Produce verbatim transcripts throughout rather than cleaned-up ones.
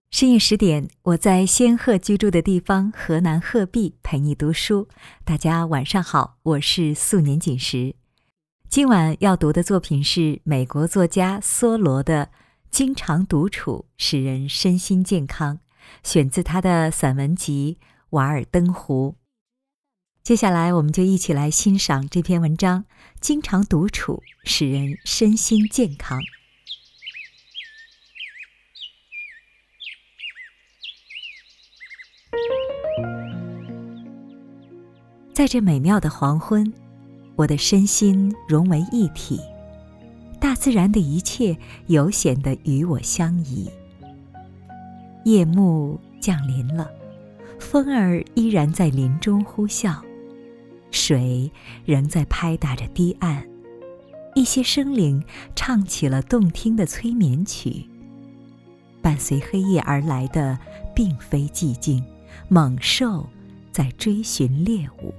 深夜十点，我在仙鹤居住的地方河南鹤壁陪你读书。大家晚上好，我是素年锦时。今晚要读的作品是美国作家梭罗的《经常独处使人身心健康》，选自他的散文集《瓦尔登湖》。接下来我们就一起来欣赏这篇文章《经常独处使人身心健康》。在这美妙的黄昏，我的身心融为一体，大自然的一切悠闲地与我相宜。夜幕降临了，风儿依然在林中呼啸，水仍在拍打着堤岸，一些生灵唱起了动听的催眠曲。伴随黑夜而来的并非寂静，猛兽在追寻猎物。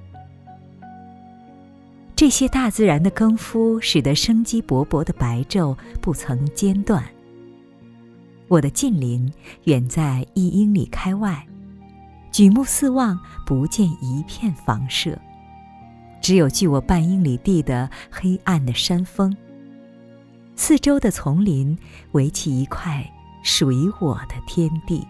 这些大自然的更夫使得生机勃勃的白昼不曾间断。我的近邻远在一英里开外，举目四望，不见一片房舍，只有距我半英里地的黑暗的山峰。四周的丛林围起一块属于我的天地。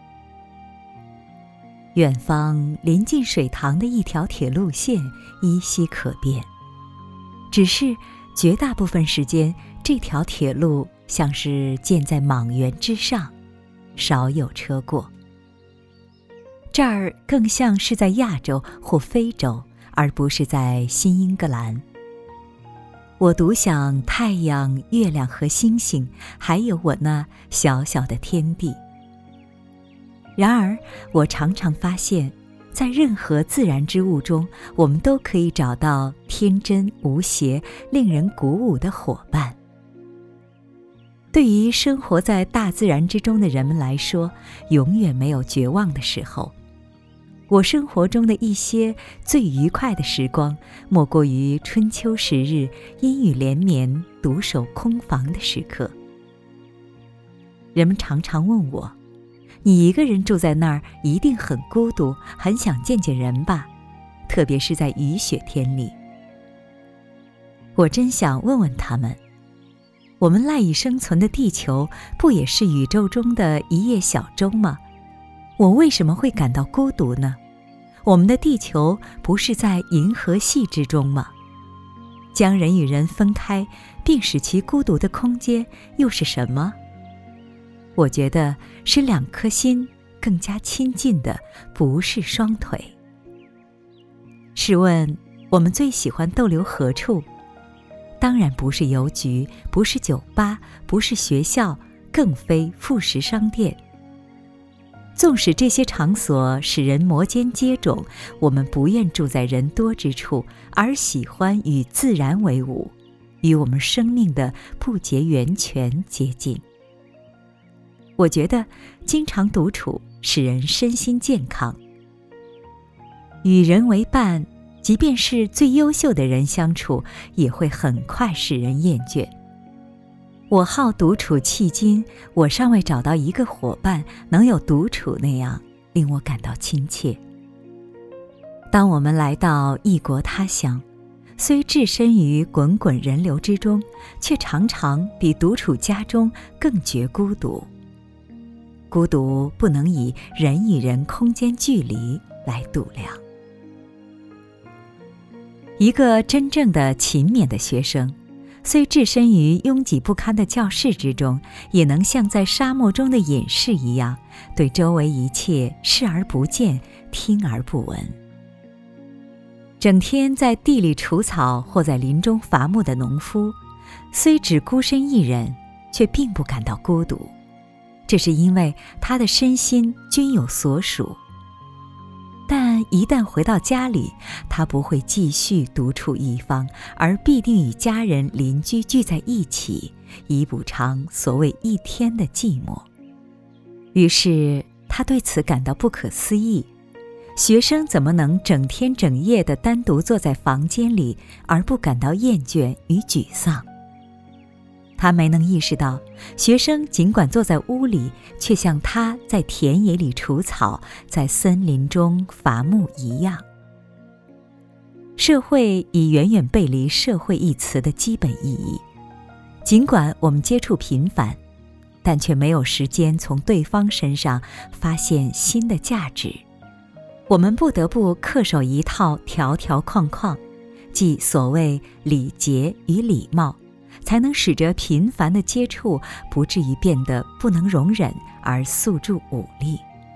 远方临近水塘的一条铁路线依稀可辨，只是绝大部分时间，这条铁路像是建在莽原之上，少有车过。这儿更像是在亚洲或非洲，而不是在新英格兰。我独享太阳、月亮和星星，还有我那小小的天地。然而，我常常发现，在任何自然之物中，我们都可以找到天真无邪、令人鼓舞的伙伴。对于生活在大自然之中的人们来说，永远没有绝望的时候。我生活中的一些最愉快的时光，莫过于春秋时日阴雨连绵、独守空房的时刻。人们常常问我，你一个人住在那儿一定很孤独，很想见见人吧，特别是在雨雪天里。我真想问问他们，我们赖以生存的地球不也是宇宙中的一叶小舟吗？我为什么会感到孤独呢？我们的地球不是在银河系之中吗？将人与人分开并使其孤独的空间又是什么？我觉得使两颗心更加亲近的不是双腿。试问我们最喜欢逗留何处？当然不是邮局，不是酒吧，不是学校，更非副食商店。纵使这些场所使人摩肩接踵，我们不愿住在人多之处，而喜欢与自然为伍，与我们生命的不竭源泉接近。我觉得经常独处使人身心健康。与人为伴，即便是最优秀的人相处，也会很快使人厌倦。我好独处迄今，我尚未找到一个伙伴能有独处那样令我感到亲切。当我们来到异国他乡，虽置身于滚滚人流之中，却常常比独处家中更觉孤独。孤独不能以人与人空间距离来度量。一个真正的勤勉的学生，虽置身于拥挤不堪的教室之中，也能像在沙漠中的隐士一样，对周围一切视而不见，听而不闻。整天在地里除草或在林中伐木的农夫，虽只孤身一人，却并不感到孤独。这是因为他的身心均有所属。但一旦回到家里，他不会继续独处一方，而必定与家人邻居聚在一起，以补偿所谓一天的寂寞。于是他对此感到不可思议，学生怎么能整天整夜地单独坐在房间里，而不感到厌倦与沮丧？ 他没能意识到，学生尽管坐在屋里，却像他在田野里除草，在森林中伐木一样。社会已远远背离社会一词的基本意义。尽管我们接触频繁，但却没有时间从对方身上发现新的价值。我们不得不恪守一套条条框框，即所谓礼节与礼貌，才能使得频繁的接触不至于变得不能容忍而诉诸武力。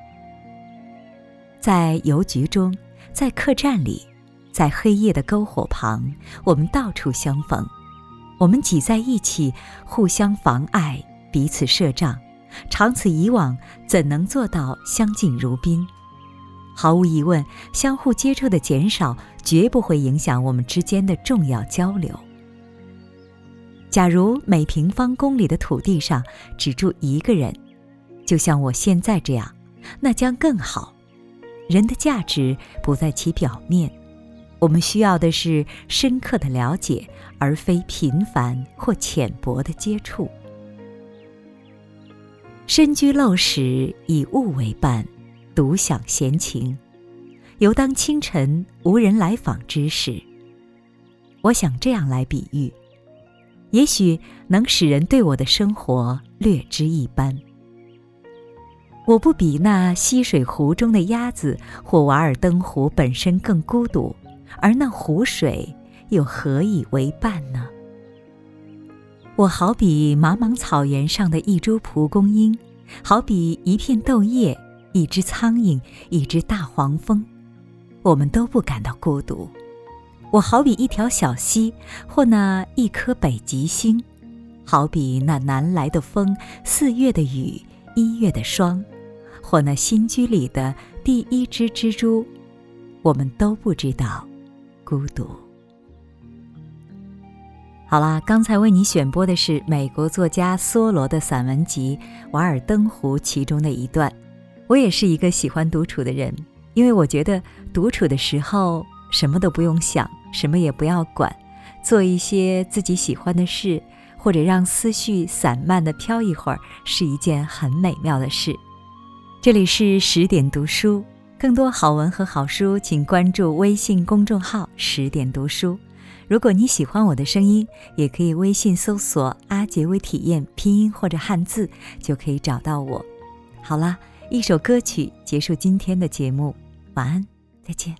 在邮局中，在客栈里，在黑夜的篝火旁，我们到处相逢。我们挤在一起，互相妨碍，彼此设障，长此以往，怎能做到相敬如宾？毫无疑问，相互接触的减少绝不会影响我们之间的重要交流。假如每平方公里的土地上只住一个人，就像我现在这样，那将更好。人的价值不在其表面，我们需要的是深刻的了解，而非频繁或浅薄的接触。深居陋室，以物为伴，独享闲情，犹当清晨无人来访之时。我想这样来比喻，也许能使人对我的生活略知一斑。我不比那溪水湖中的鸭子或瓦尔登湖本身更孤独，而那湖水又何以为伴呢？我好比茫茫草原上的一株蒲公英，好比一片豆叶，一只苍蝇，一只大黄蜂，我们都不感到孤独。我好比一条小溪，或那一颗北极星，好比那南来的风，四月的雨，一月的霜，或那新居里的第一只蜘蛛，我们都不知道孤独。好啦，刚才为你选播的是美国作家梭罗的散文集《瓦尔登湖》其中的一段。我也是一个喜欢独处的人，因为我觉得独处的时候什么都不用想，什么也不要管，做一些自己喜欢的事，或者让思绪散漫地飘一会儿，是一件很美妙的事。这里是十点读书，更多好文和好书请关注微信公众号十点读书。如果你喜欢我的声音，也可以微信搜索阿杰微体验拼音或者汉字，就可以找到我。好啦，一首歌曲结束今天的节目，晚安，再见。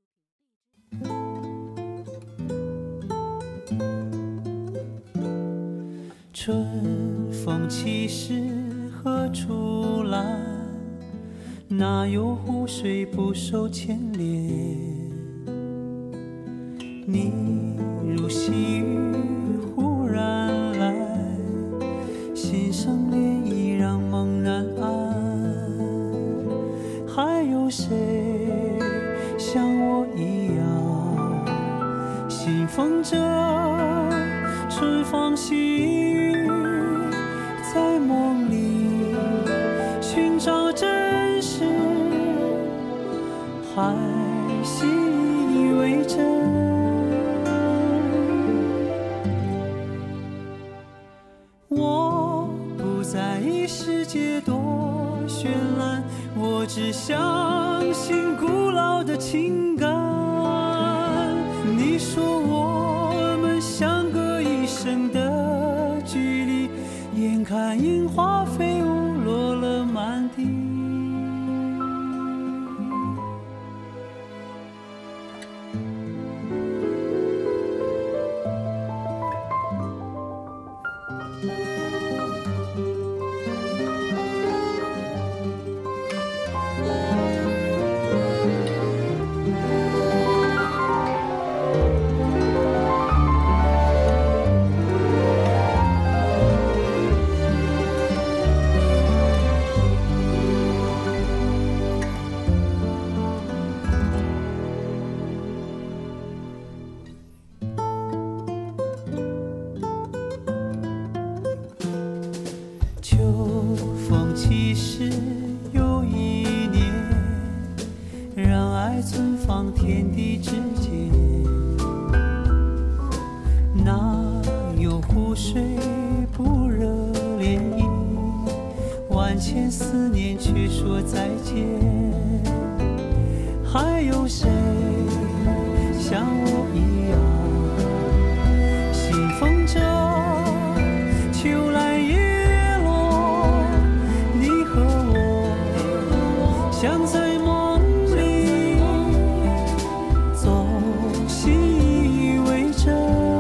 春风起时何处来？哪有湖水不受牵连？你如细雨忽然来，心生涟漪让茫然安。还有谁像我一样，信奉着春风细雨，在梦里寻找真实，还习以为真。我不在意世界多绚烂，我只相信古老的情感。你说我们相隔一生的距离，眼看樱花飞舞落了满地。秋风起时又一年，让爱存放天地之间。哪有湖水不牵思念却说再见。还有谁像我一样，信奉着秋来叶落，你和我像在梦里总习以为真。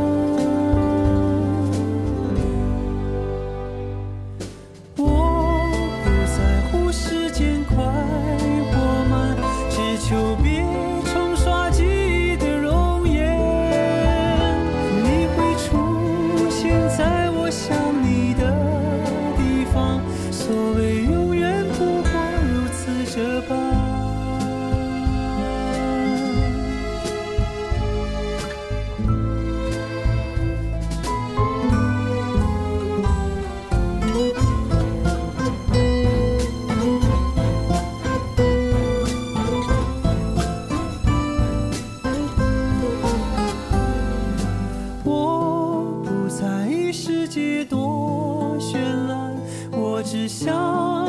我不在乎时间快或慢，只求别冲刷记忆的容颜。你会出现在我想你的地方，所谓永远不过如此这般。我不在意世界多绚烂，我只想